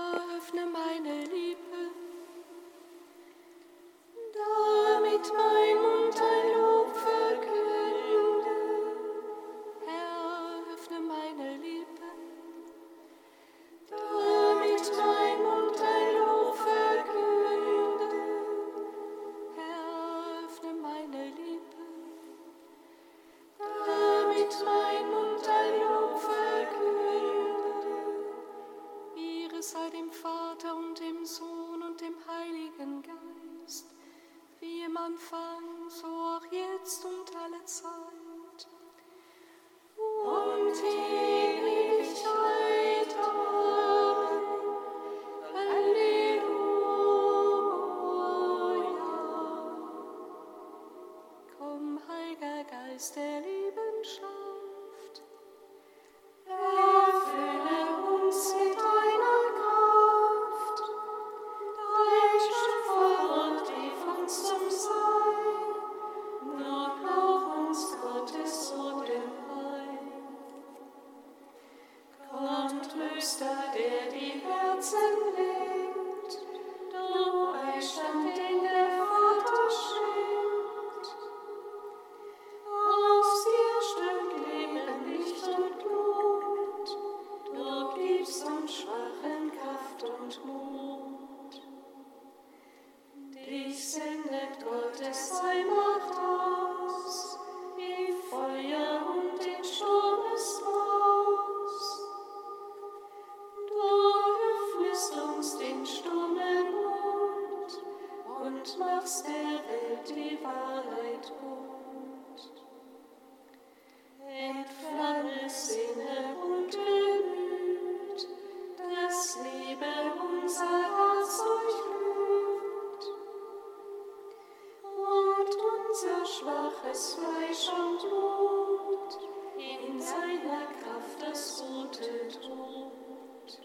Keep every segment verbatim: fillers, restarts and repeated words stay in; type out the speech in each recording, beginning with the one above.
öffne meine Lippen, damit mein Mund dein Lob verkünde. Herr, öffne meine Lippen, damit mein Mund dein Lob verkünde. Herr, öffne meine Lippen, damit mein Mund dein Lob verkünde. Ehre sei dem Vater und dem Sohn und dem Heiligen Geist, wie im Anfang, so auch jetzt und alle Zeit und in Ewigkeit. Amen. Halleluja. Komm, Heiliger Geist der Liebenschaft, erfülle uns mit deiner Kraft, dein Schöpferwort rief uns zum Sein, nur braucht uns Gottes Sohn den Heil. Kommt, Tröster, der die Herzen lenkt, du Beistand, den der Vater schenkt. Aus dir strömt Leben, Licht und Glut, du gibst uns Schwachen Kraft und Mut. Dich sendet Gottes Allmacht aus, in Feuer und in Sturmesbraus. Du öffnest uns den stummen Mund und machst der Welt die Wahrheit kund. Entflamme Sinne und Gemüt, dass Liebe unser Herz durchglüht und unser schwaches Fleisch und Blut in seiner Kraft das Gute tut.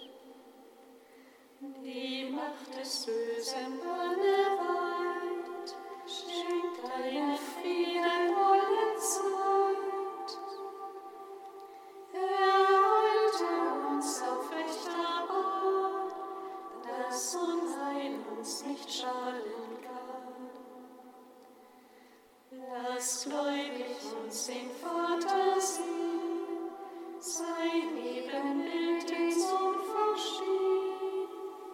Die Macht des bösen Banne weit, schenkt deine Frieden alle Zeit. Erhalte uns aufrechter Bahn, dass Unheil uns nicht schaden kann. Lass gläubig uns den Vater sehen, sein Ebenbild den Sohn verstehen.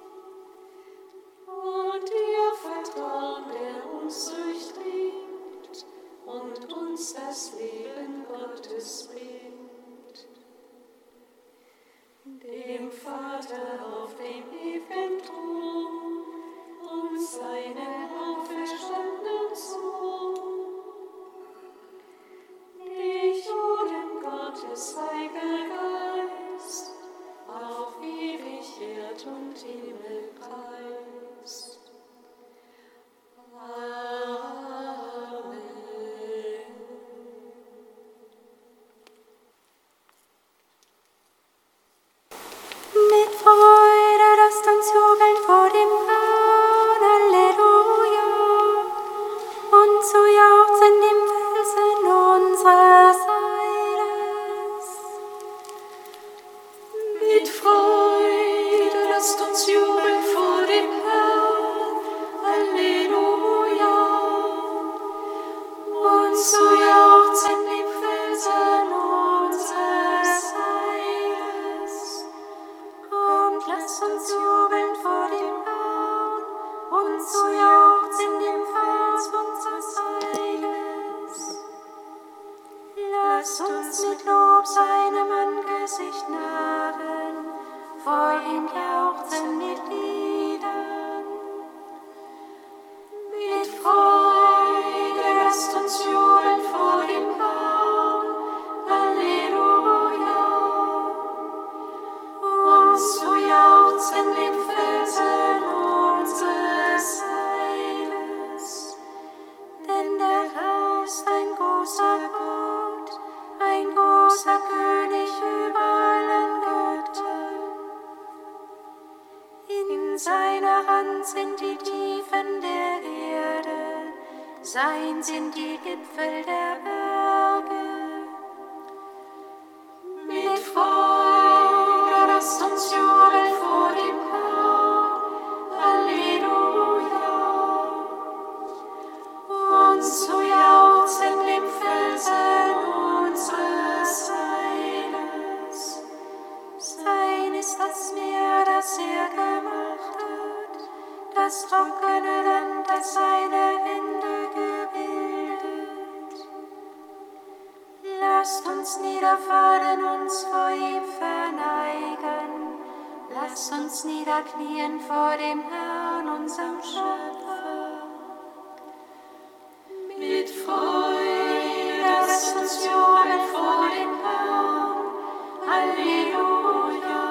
Und dir vertrauen, der uns durchdringt und uns das Leben Gottes bringt. Dem Vater auf dem ewigen Thron und seinen auferstandenen Sohn, dich, o dem Gottes Heiliger Geist, auf ewig Erd und Himmel preist. Amen. Mit Freude lasst uns jubeln vor dem Herrn, Halleluja, und zu jauchzen dem Felsen unseres Heiles. Mit Freude lasst uns jubeln vor dem Herrn, Halleluja, und zu jauchzen dem Felsen unseres Heiles. Kommt, lasst uns jubeln vor dem Herrn und zu jauchzen dem Fels unseres Heiles. Lasst uns mit Lob seinem Angesicht nahen, vor ihm jauchzen mit Liedern. Mit Freude lasst uns jubeln vor dem Herrn, Halleluja, Und zu jauchzen dem Felsen unseres Heiles. Denn der Herr ist ein großer Gott, ein großer König über allen Göttern. In seiner Hand sind die Tiefen der Erde, sein sind die Gipfel der Berge. Mit Freude lasst uns jubeln vor dem Herrn, das Meer, das er gemacht hat, das trockene Land, das seine Hände gebildet. Lasst uns niederfallen, uns vor ihm verneigen. Lasst uns niederknien vor dem Herrn, unserem Schöpfer. Mit Freude lasst uns jubeln vor dem Herrn. Halleluja.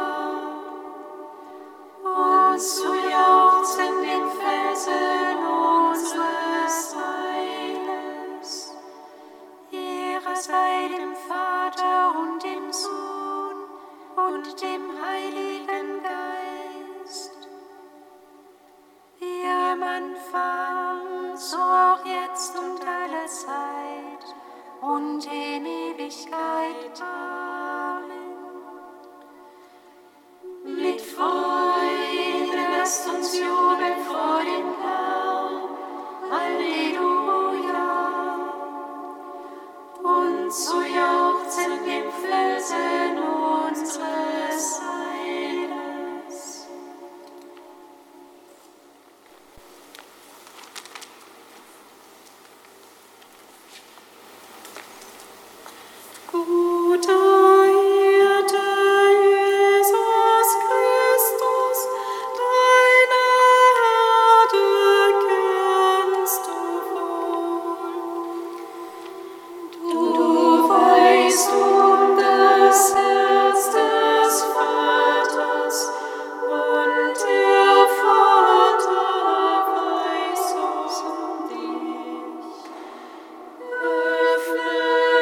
Und zu jauchzen den Felsen unseres Heiles. Ehre sei dem Vater und dem Sohn und dem Heiligen Geist. Wie am Anfang, so auch jetzt und alle Zeit und in Ewigkeit. Amen. Mit Freude lasst uns jubeln vor dem Herrn. Halleluja. Und zu jauchzen dem Felsen unseres Heiles. Guter Hirte, Jesus Christus, deine Herde kennst du wohl. Du weißt um das Herz des Vaters, und der Vater weiß um dich. Öffne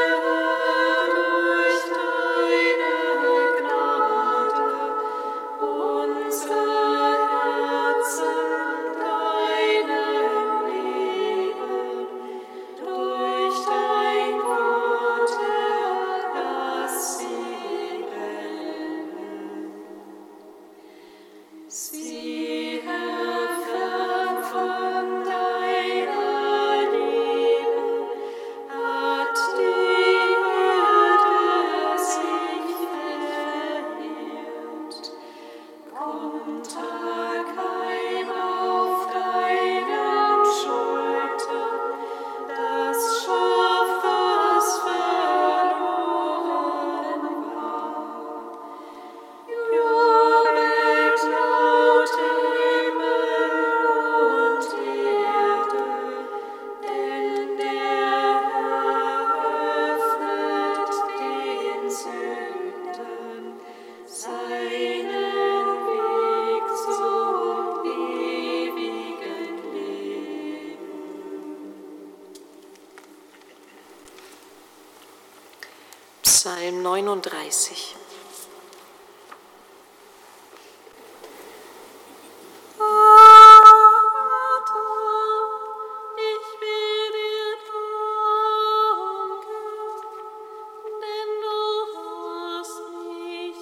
durch deine Gnade unser Herzen deinem Leben. Durch dein Wort, Herr, lass sie hellen. Sie fern von deiner Liebe hat die Erde sich verheert. Kommt Tag heim auf deinen Schultern, das Schaf, das verloren war. Jubelt laut Himmel und Erde, denn der Herr öffnet den Sündern seinen Weg zum ewigen Leben. Psalm neununddreißig. Ich will dir danken, denn du hast mich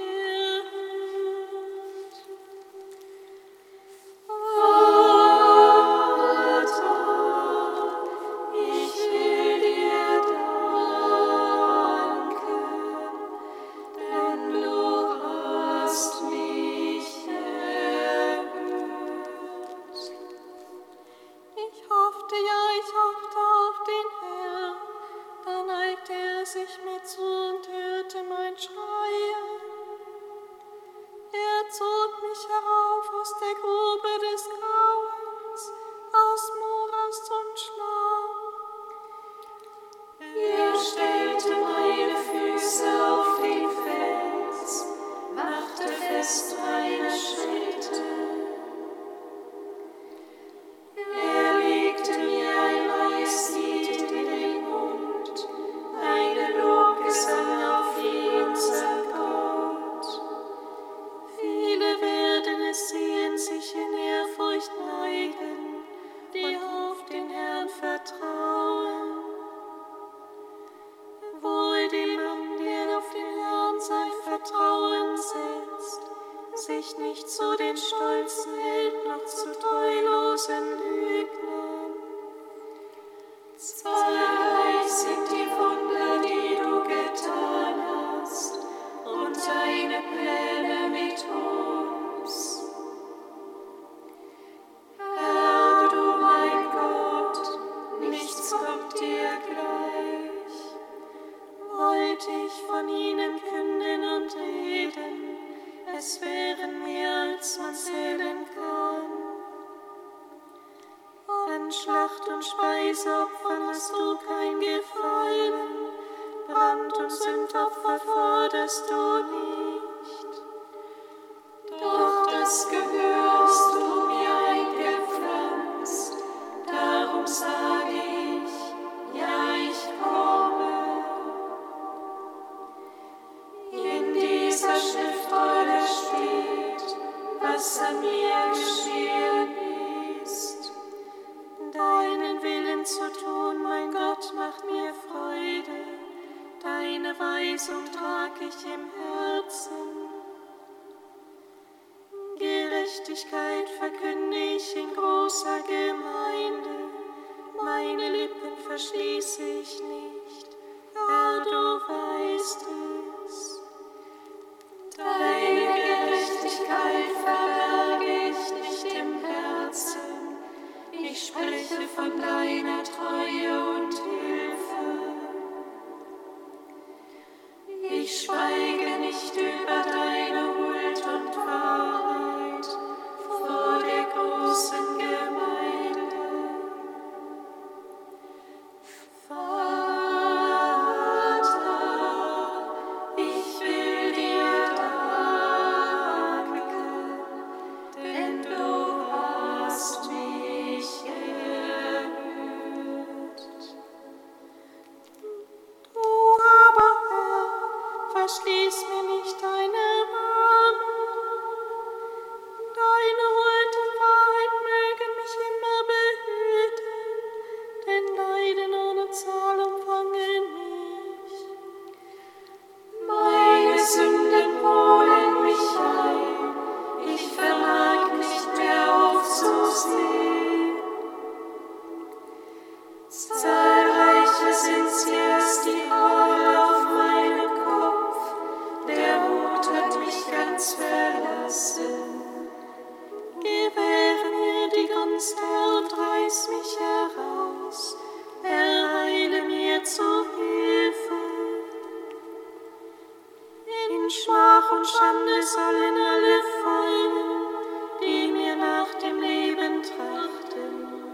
erhört. Vater, ich will dir danken, denn du hast mich erhört. Ich hoffte, ja, ich hoffte auf den Herrn, da neigte er sich mir zu und hörte mein Schreien. Er zog mich herauf aus der Grube des Grauens, aus Morast und Schlamm. Er stellte meine Füße auf den Fels, machte fest meine Schritte. Er legte mir ein neues Lied in den Mund, eine Lobgesang auf ihn, unser Gott. Viele werden es sehen, sich in Ehrfurcht neigen, die auf den Herrn vertrauen. Wohl dem Mann, der auf den Herrn sein Vertrauen setzt, sich nicht zu den Stolzen hält, noch zu treulosen Lügnern. Zahlreich sind die Wunder, die du getan hast, und deine Pläne mit es wären mehr, als man zählen kann. An Schlacht- und Speiseopfern hast du kein Gefallen, Brand- und Sündopfer forderst du nicht. Doch das Gehör hast du mir eingepflanzt, darum sage ich, ja, ich komme. In dieser Schriftrolle steht, was an mir geschehen ist. Deinen Willen zu tun, mein Gott, macht mir Freude. Deine Weisung trag ich im Herzen. Gerechtigkeit verkünde ich in großer Gemeinde. Meine Lippen verschließe ich nicht, Herr, du weißt es. Deine Gerechtigkeit verberge ich nicht im Herzen. Ich spreche von deiner Treue und Hilfe. Ich schweige nicht über deine Huld und Wahrheit vor der großen Gemeinde. Vater, ich will dir danken, denn du hast mich erhört. Du aber, Herr, verschließ mir nicht deine Arme. Deine Huld und Wahrheit mögen mich immer behüten, denn Leiden ohne Zahl umfangen mich. Meine Sünden holen mich ein, ich vermag nicht mehr aufzusehen. Zahlreicher sind sie als die Haare auf meinem Kopf, der Hut hat mich ganz verlassen. Gewähre mir die Gunst, Herr, und reiß mich heraus. Ereile mir zu Hilfe. In Schmach und Schande sollen alle fallen, die mir nach dem Leben trachten.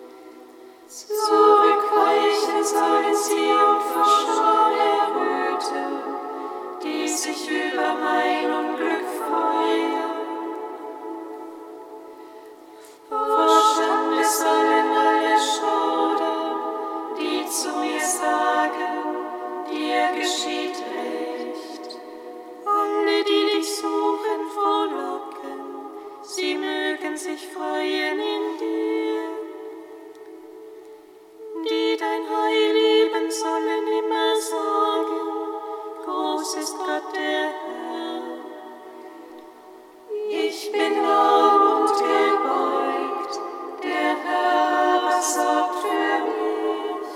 Zurückweichen sollen sie und vor Scham erröten, die sich über mein Unglück freuen. Vor Schande sollen alle schaudern, die zu mir sagen, dir geschieht Recht. Alle, die dich suchen, frohlocken, sie mögen sich freuen in dir. Die dein Heil lieben, sollen immer sagen, groß ist Gott der Herr. Ich bin arm und gebeugt, der Herr aber sorgt für mich.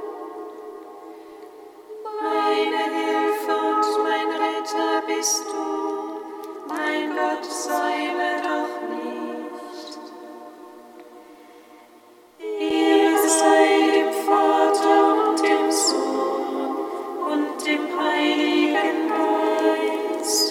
Meine Hilfe und mein Retter bist du, mein Gott, säume doch nicht. Ehre sei dem Vater und dem Sohn und dem Heiligen Geist.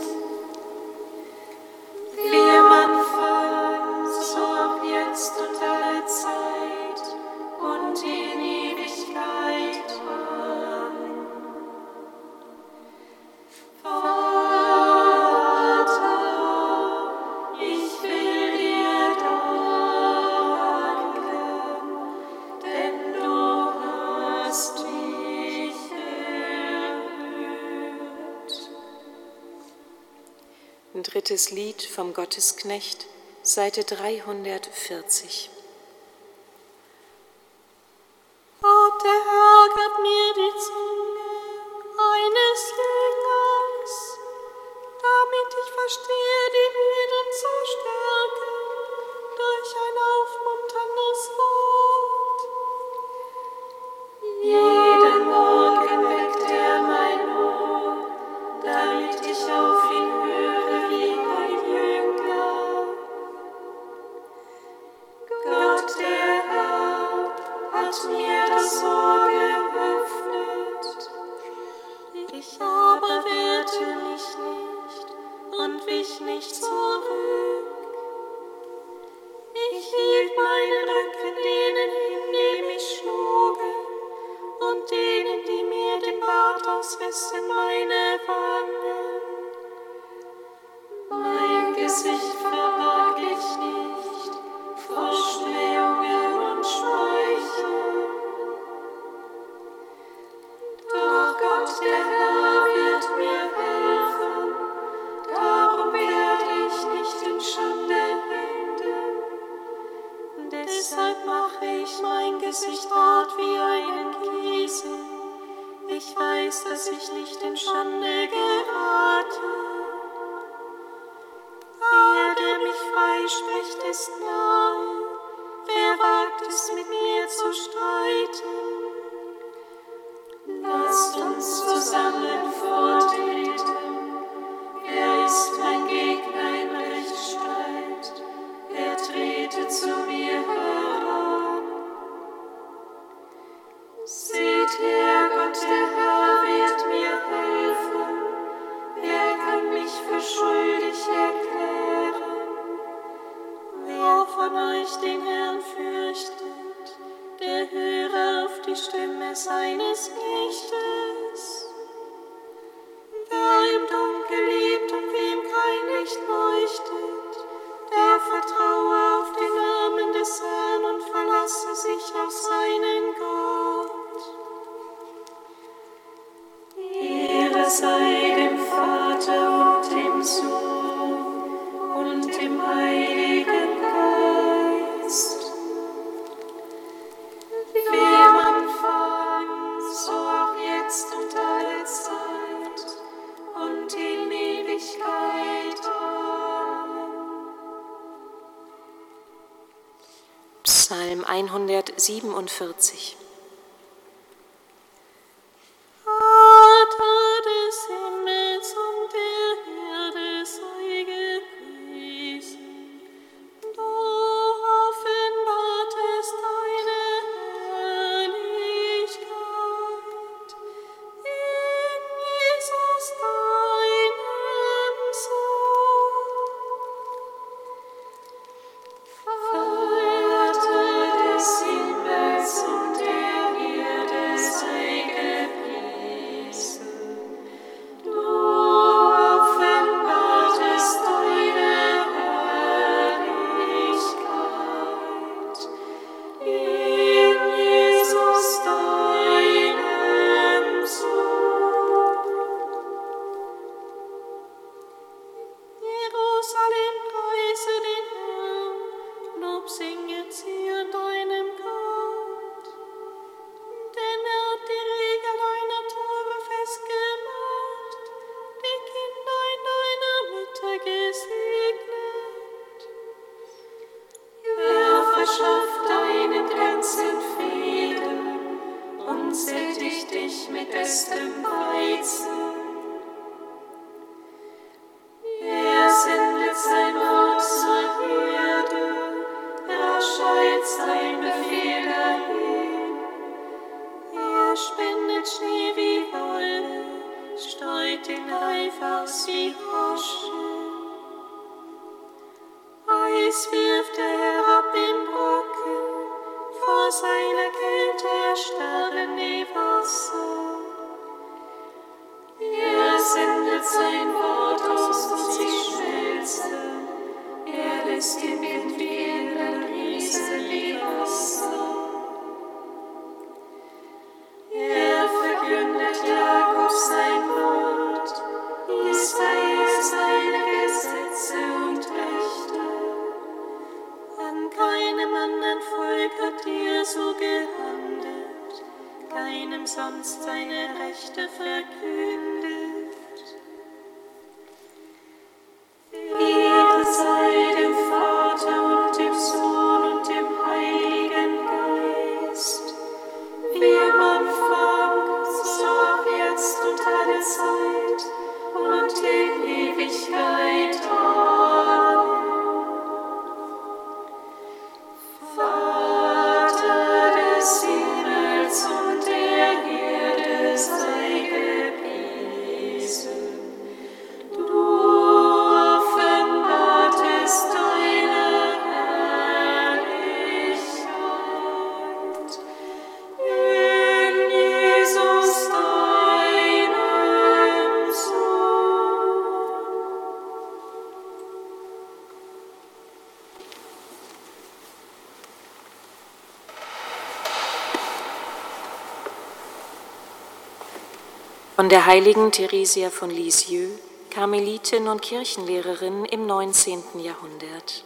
Wie am Anfang, so auch jetzt und alle Zeit und in Ewigkeit. Amen. Vater, ich will dir danken, denn du hast mich erhört. Ein drittes Lied vom Gottesknecht, Seite dreihundertvierzig. Gott, der Herr, gab mir die Zunge eines Jüngers, damit ich verstehe, die Müden zu stärken durch ein aufmunterndes Wort. Jeden Morgen weckt er mein Ohr, damit ich auf ihn höre wie ein Jünger. Gott, der Herr, hat mir das Ohr geöffnet. Ich aber wehrte mich nicht und wich nicht zurück. Ich hielt meinen Rücken denen hin, die mich schlugen, und denen, die mir den Bart ausrissen, meine Wangen. Mein Gesicht verbarg ich nicht vor Schmähungen und Speuchen. Doch Gott, der Herr, wird mir helfen, darum werde ich nicht in Schande enden. Deshalb mache ich mein Gesicht hart wie einen Kiesel. Ich weiß, dass ich nicht in Schande gerate. Er, der mich freispricht, ist nahe. Wer wagt es, mit mir zu streiten? Lasst uns zusammen vortreten. Wer ist mein Gegner im Rechtsstreit? Er trete zu mir heran. Seht her, Gott, der Herr wird mir helfen. Wer kann mich für schuldig erklären? Wer von euch den Herrn fürchtet, der höre auf die Stimme seines Knechtes. Wer im Dunkel lebt und wem kein Licht leuchtet, der vertraue auf den Namen des Herrn und verlasse sich auf seinen Gott. Ehre sei dem Vater und dem Sohn und dem Heiligen Geist. Wie am Anfang, so auch jetzt und alle Zeit und in Ewigkeit. Amen. Psalm hundertsiebenundvierzig. Sonst seine Rechte verkündet. Ehre sei dem Vater und dem Sohn und dem Heiligen Geist, wie am Anfang, so auch jetzt und alle Zeit und in Ewigkeit. Amen. Vater des Himmels und der Erde, sei gepriesen. Von der heiligen Theresia von Lisieux, Karmelitin und Kirchenlehrerin im neunzehnten Jahrhundert.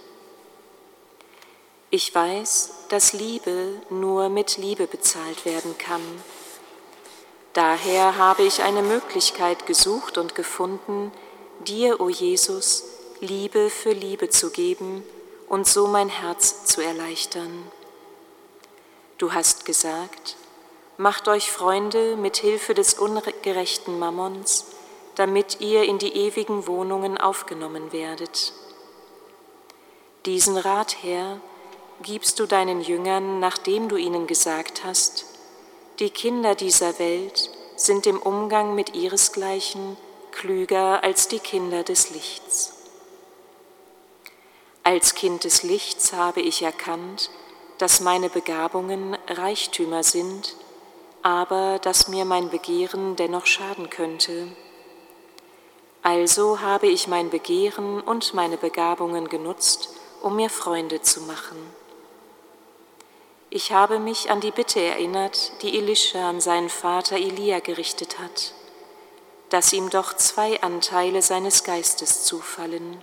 Ich weiß, dass Liebe nur mit Liebe bezahlt werden kann. Daher habe ich eine Möglichkeit gesucht und gefunden, dir, o Jesus, Liebe für Liebe zu geben und so mein Herz zu erleichtern. Du hast gesagt, macht euch Freunde mit Hilfe des ungerechten Mammons, damit ihr in die ewigen Wohnungen aufgenommen werdet. Diesen Rat, Herr, gibst du deinen Jüngern, nachdem du ihnen gesagt hast, die Kinder dieser Welt sind im Umgang mit ihresgleichen klüger als die Kinder des Lichts. Als Kind des Lichts habe ich erkannt, dass meine Begabungen Reichtümer sind, aber dass mir mein Begehren dennoch schaden könnte. Also habe ich mein Begehren und meine Begabungen genutzt, um mir Freunde zu machen. Ich habe mich an die Bitte erinnert, die Elisha an seinen Vater Elia gerichtet hat, dass ihm doch zwei Anteile seines Geistes zufallen.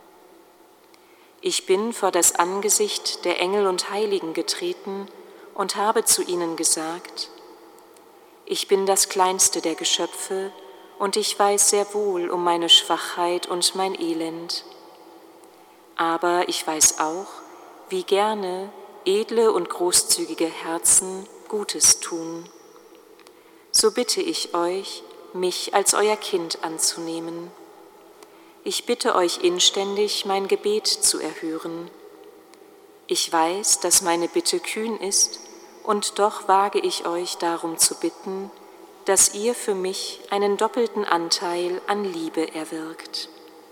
Ich bin vor das Angesicht der Engel und Heiligen getreten und habe zu ihnen gesagt, ich bin das kleinste der Geschöpfe und ich weiß sehr wohl um meine Schwachheit und mein Elend. Aber ich weiß auch, wie gerne edle und großzügige Herzen Gutes tun. So bitte ich euch, mich als euer Kind anzunehmen. Ich bitte euch inständig, mein Gebet zu erhören. Ich weiß, dass meine Bitte kühn ist, und doch wage ich euch darum zu bitten, dass ihr für mich einen doppelten Anteil an Liebe erwirkt.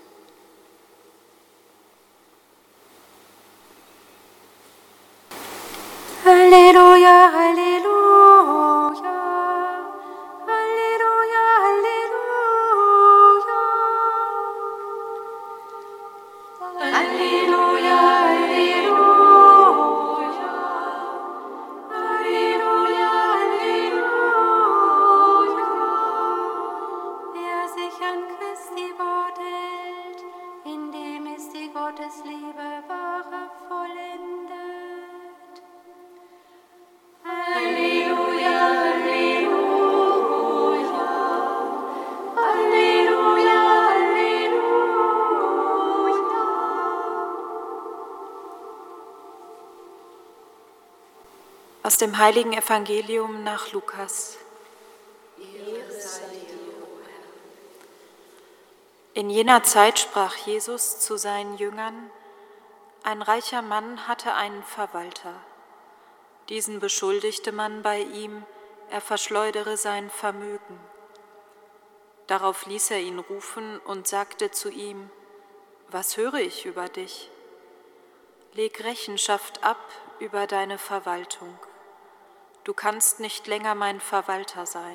Halleluja, Halleluja, Halleluja, Halleluja. Halleluja, Halleluja, Halleluja, Halleluja. Wer sich an Christi Wort hält, in dem ist die Gottesliebe wahre vollendet. Halleluja, Halleluja, Halleluja, Halleluja. Aus dem heiligen Evangelium nach Lukas. In jener Zeit sprach Jesus zu seinen Jüngern, ein reicher Mann hatte einen Verwalter. Diesen beschuldigte man bei ihm, er verschleudere sein Vermögen. Darauf ließ er ihn rufen und sagte zu ihm, was höre ich über dich? Leg Rechenschaft ab über deine Verwaltung. Du kannst nicht länger mein Verwalter sein.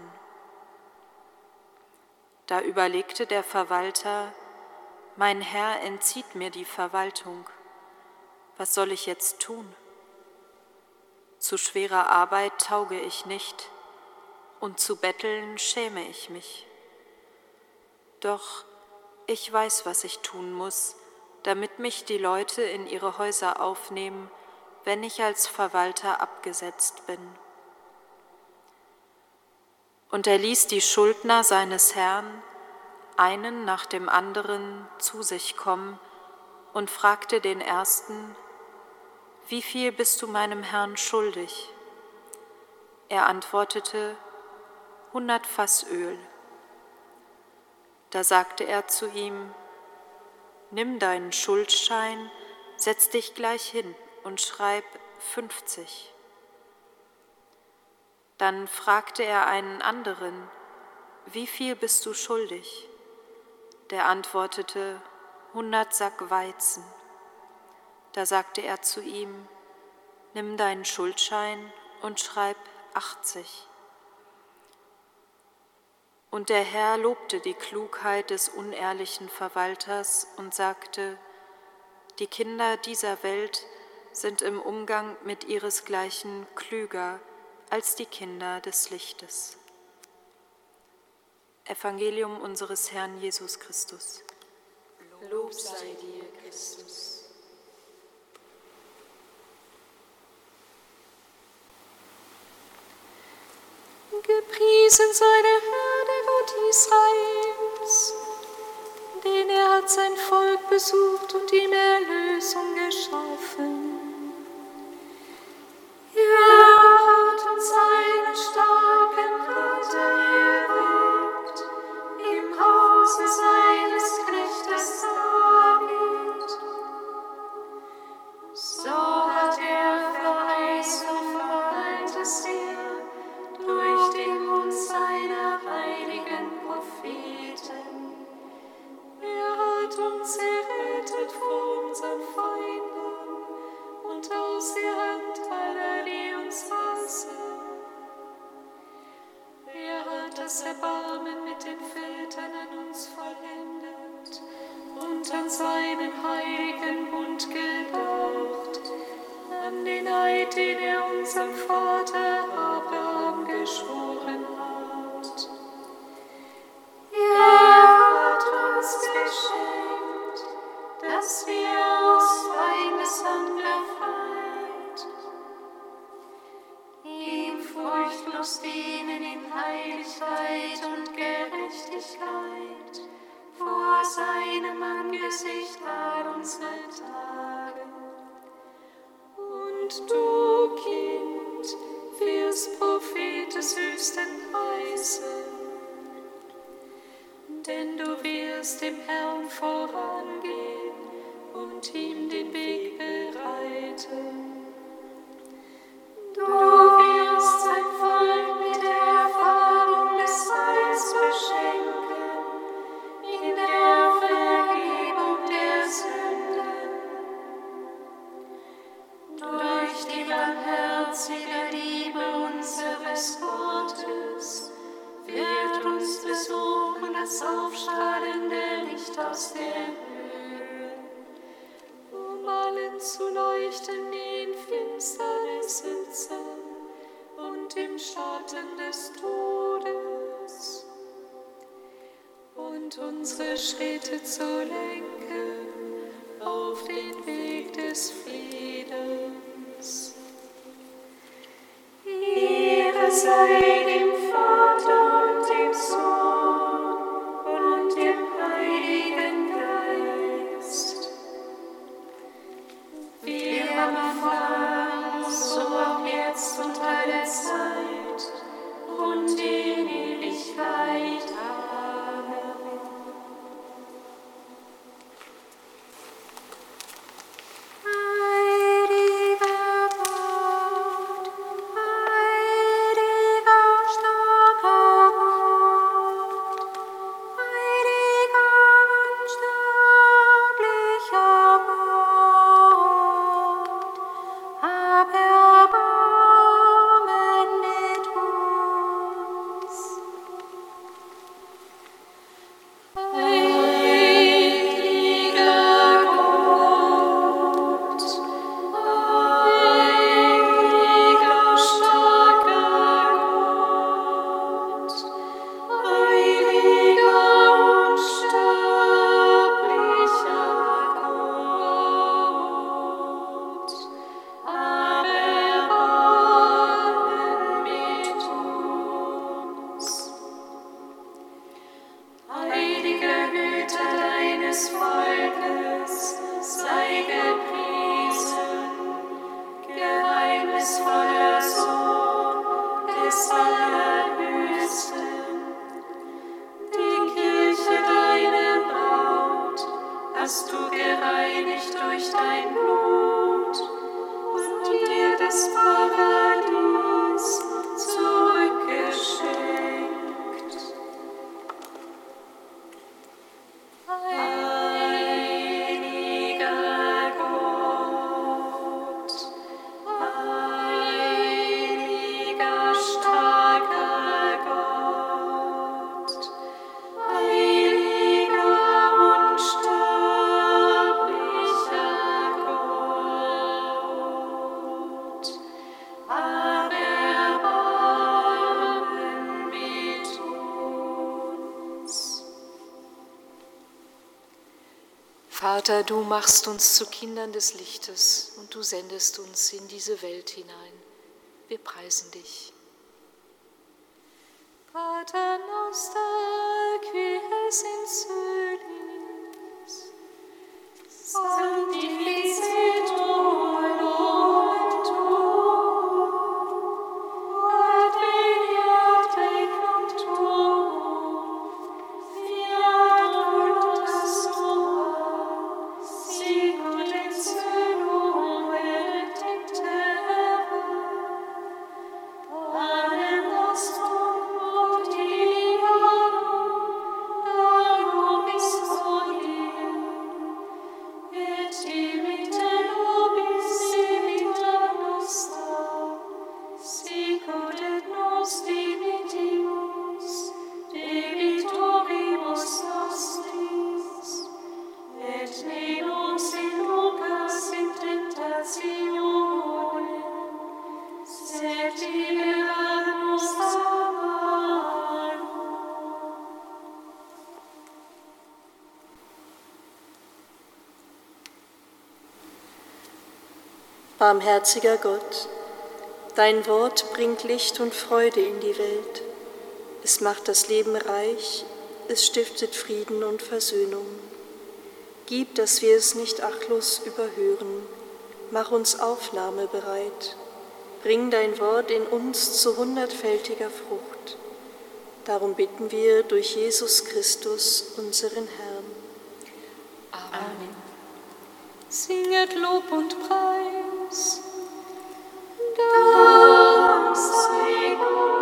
Da überlegte der Verwalter, mein Herr entzieht mir die Verwaltung. Was soll ich jetzt tun? Zu schwerer Arbeit tauge ich nicht, und zu betteln schäme ich mich. Doch ich weiß, was ich tun muss, damit mich die Leute in ihre Häuser aufnehmen, wenn ich als Verwalter abgesetzt bin. Und er ließ die Schuldner seines Herrn, einen nach dem anderen, zu sich kommen und fragte den ersten, wie viel bist du meinem Herrn schuldig? Er antwortete, hundert Fass Öl. Da sagte er zu ihm, nimm deinen Schuldschein, setz dich gleich hin und schreib fünfzig. Dann fragte er einen anderen, wie viel bist du schuldig? Der antwortete, hundert Sack Weizen. Da sagte er zu ihm, nimm deinen Schuldschein und schreib achtzig. Und der Herr lobte die Klugheit des unehrlichen Verwalters und sagte, die Kinder dieser Welt sind im Umgang mit ihresgleichen klüger als die Kinder des Lichtes. Evangelium unseres Herrn Jesus Christus. Lob sei dir, Christus. Gepriesen sei der Herr, der Gott Israels, denn er hat sein Volk besucht und ihm Erlösung geschaffen. Er hat uns seine starken Worte erweckt, im Hause seines Knechtes David. So hat er verheißen, verheilt es er, durch den Mund seiner heiligen Propheten. Er hat uns errettet vor unseren Feinden und aus der Hand aller, die uns hassen. Er hat das Erbarmen mit den Vätern an uns vollendet und an seinen heiligen Bund gedacht, an den Eid, den er unserem Vater Abraham geschworen hat. Er hat uns geschenkt, dass wir aus Feindeshand befreit, ihm furchtlos dienen in Heiligkeit und Gerechtigkeit vor seinem Angesicht all unsere Tage. Und du, Kind, wirst Prophet des Höchsten heißen, denn du wirst dem Herrn vorangehen und ihm den Weg bereiten. Du wirst sein Volk mit der Erfahrung des Heils beschenken, in der Vergebung der Sünden. Durch die barmherzige Liebe unseres Gottes wird uns besuchen das aufstrahlende Licht aus der Höhe, um allen zu leuchten, die in Finsternis sitzen und im Schatten des Todes, und unsere Schritte zu lenken auf den Weg des Friedens. Ehre sei dem Vater und dem Sohn und dem Heiligen Geist, wie am Anfang, so auch jetzt und alle Zeit und in Ewigkeit. Amen. Hast du gereinigt durch dein Blut und dir das Paradies zurückgeschenkt. Heiliger Gott, heiliger starker Gott, heiliger unsterblicher Gott, Amen. Vater, du machst uns zu Kindern des Lichtes und du sendest uns in diese Welt hinein. Wir preisen dich. Pater noster, qui es in Sylis, sanctificetur nomen tuum, adveniat regnum tuum, fiat voluntas tua, sicut in cielo et in terra. Panem nostrum quotidianum da nobis hodie, et dimitte nobis debita nostra, sicut et nos dimittimus debitoribus nostris, et ne nos inducas in tentationem, sed libera nos a malo. Barmherziger Gott, dein Wort bringt Licht und Freude in die Welt. Es macht das Leben reich, es stiftet Frieden und Versöhnung. Gib, dass wir es nicht achtlos überhören. Mach uns aufnahmebereit. Bring dein Wort in uns zu hundertfältiger Frucht. Darum bitten wir durch Jesus Christus, unseren Herrn. Amen. Singet Lob und Preis. Dank sei Gott.